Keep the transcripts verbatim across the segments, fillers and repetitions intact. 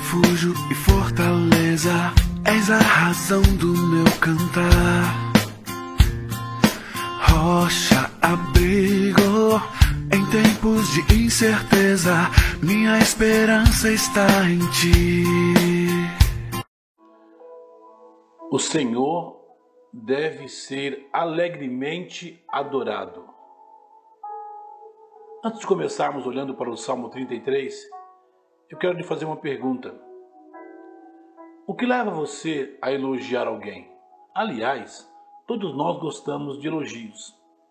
refúgio e fortaleza, és a razão do meu cantar. Rocha, abrigo, em tempos de incerteza, minha esperança está em ti. O Senhor deve ser alegremente adorado. Antes de começarmos olhando para o Salmo trinta e três, eu quero lhe fazer uma pergunta. O que leva você a elogiar alguém? Aliás, todos nós gostamos de elogios.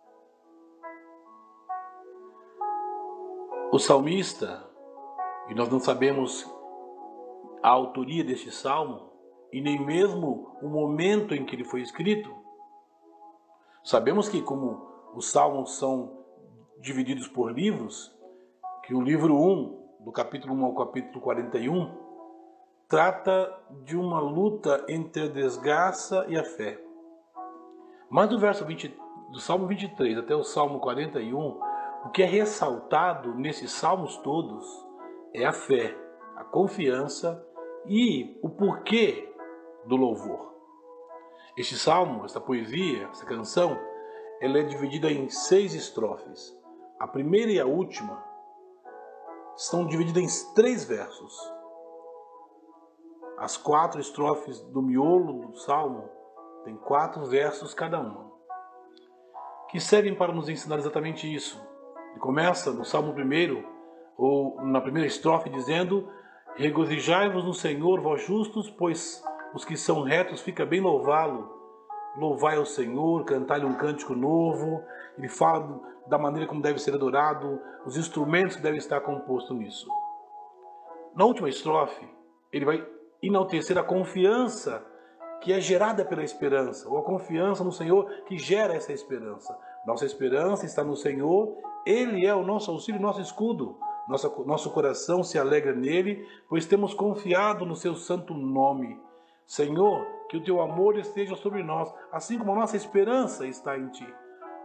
O salmista, e nós não sabemos a autoria deste salmo, e nem mesmo o momento em que ele foi escrito. Sabemos que, como os salmos são divididos por livros, que o livro um, do capítulo um ao capítulo quarenta e um, trata de uma luta entre a desgraça e a fé. Mas do verso vinte, do Salmo vinte e três até o Salmo quarenta e um, o que é ressaltado nesses salmos todos é a fé, a confiança e o porquê do louvor. Este salmo, esta poesia, essa canção, ela é dividida em seis estrofes. A primeira e a última estão divididas em três versos. As quatro estrofes do miolo do salmo têm quatro versos cada uma, que servem para nos ensinar exatamente isso. Ele começa no salmo primeiro, ou na primeira estrofe, dizendo: regozijai-vos no Senhor, vós justos, pois os que são retos fica bem louvá-lo. Louvai ao Senhor, cantai-lhe um cântico novo. Ele fala da maneira como deve ser adorado, os instrumentos devem estar compostos nisso. Na última estrofe, ele vai enaltecer a confiança que é gerada pela esperança, ou a confiança no Senhor que gera essa esperança. Nossa esperança está no Senhor, Ele é o nosso auxílio, nosso escudo. Nossa, nosso coração se alegra nele, pois temos confiado no seu santo nome. Senhor, que o teu amor esteja sobre nós, assim como a nossa esperança está em ti.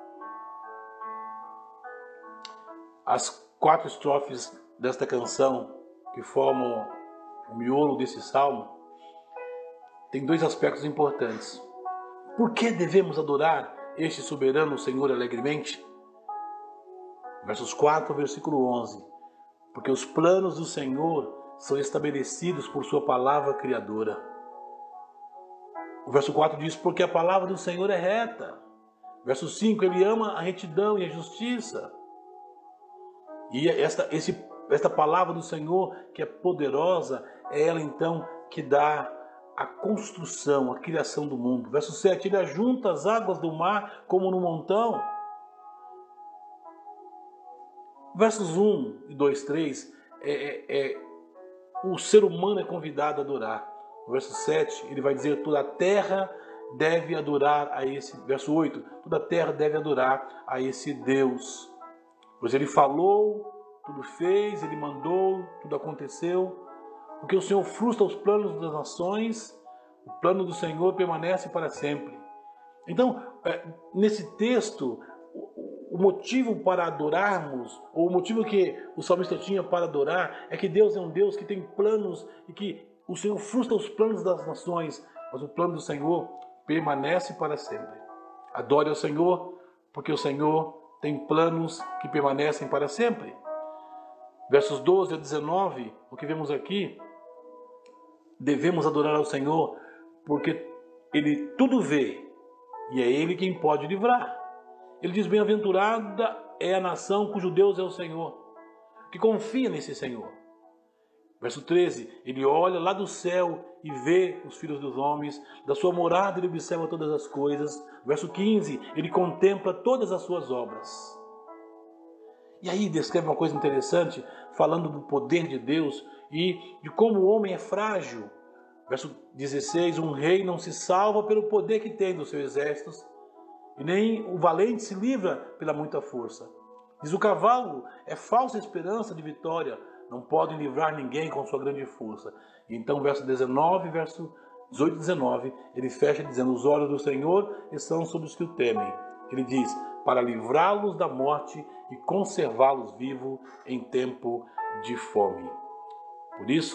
As quatro estrofes desta canção, que formam o miolo desse salmo, tem dois aspectos importantes. Por que devemos adorar este soberano Senhor alegremente? Versos quatro, versículo onze. Porque os planos do Senhor são estabelecidos por sua palavra criadora. O verso quatro diz: porque a palavra do Senhor é reta. Verso cinco, ele ama a retidão e a justiça. E esta, esse, esta palavra do Senhor, que é poderosa, é ela então que dá a construção, a criação do mundo. Verso sete, ele ajunta as águas do mar como no montão. Versos um, dois, três, é, é, é, o ser humano é convidado a adorar. No verso sete, ele vai dizer: toda a terra deve adorar a esse... Verso oito, toda a terra deve adorar a esse Deus. Pois ele falou, tudo fez, ele mandou, tudo aconteceu. Porque o Senhor frustra os planos das nações, o plano do Senhor permanece para sempre. Então, nesse texto, o motivo para adorarmos, ou o motivo que o salmista tinha para adorar, é que Deus é um Deus que tem planos e que o Senhor frustra os planos das nações, mas o plano do Senhor permanece para sempre. Adore ao Senhor, porque o Senhor tem planos que permanecem para sempre. Versos doze a dezenove, o que vemos aqui: devemos adorar ao Senhor, porque Ele tudo vê, e é Ele quem pode livrar. Ele diz: bem-aventurada é a nação cujo Deus é o Senhor, que confia nesse Senhor. Verso treze, ele olha lá do céu e vê os filhos dos homens, da sua morada ele observa todas as coisas. Verso quinze, ele contempla todas as suas obras. E aí descreve uma coisa interessante, falando do poder de Deus e de como o homem é frágil. Verso dezesseis, um rei não se salva pelo poder que tem dos seus exércitos, e nem o valente se livra pela muita força. Diz: o cavalo é falsa esperança de vitória, não podem livrar ninguém com sua grande força. E então, verso dezenove, verso dezoito e dezenove, ele fecha dizendo: os olhos do Senhor estão sobre os que o temem. Ele diz: para livrá-los da morte e conservá-los vivos em tempo de fome. Por isso,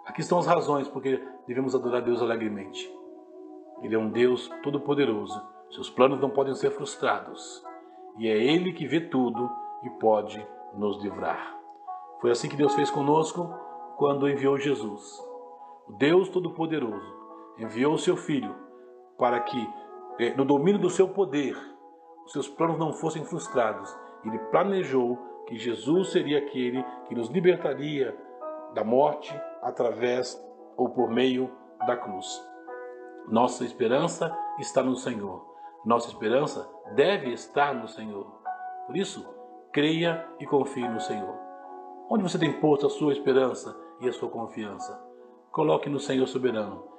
Aqui estão as razões porque devemos adorar Deus alegremente. Ele é um Deus todo-poderoso. Seus planos não podem ser frustrados. E é Ele que vê tudo e pode nos livrar. Foi assim que Deus fez conosco quando enviou Jesus. O Deus Todo-Poderoso enviou o seu Filho para que, no domínio do seu poder, os seus planos não fossem frustrados. Ele planejou que Jesus seria aquele que nos libertaria da morte através ou por meio da cruz. Nossa esperança está no Senhor. Nossa esperança deve estar no Senhor. Por isso, creia e confie no Senhor. Onde você tem posto a sua esperança e a sua confiança? Coloque no Senhor soberano.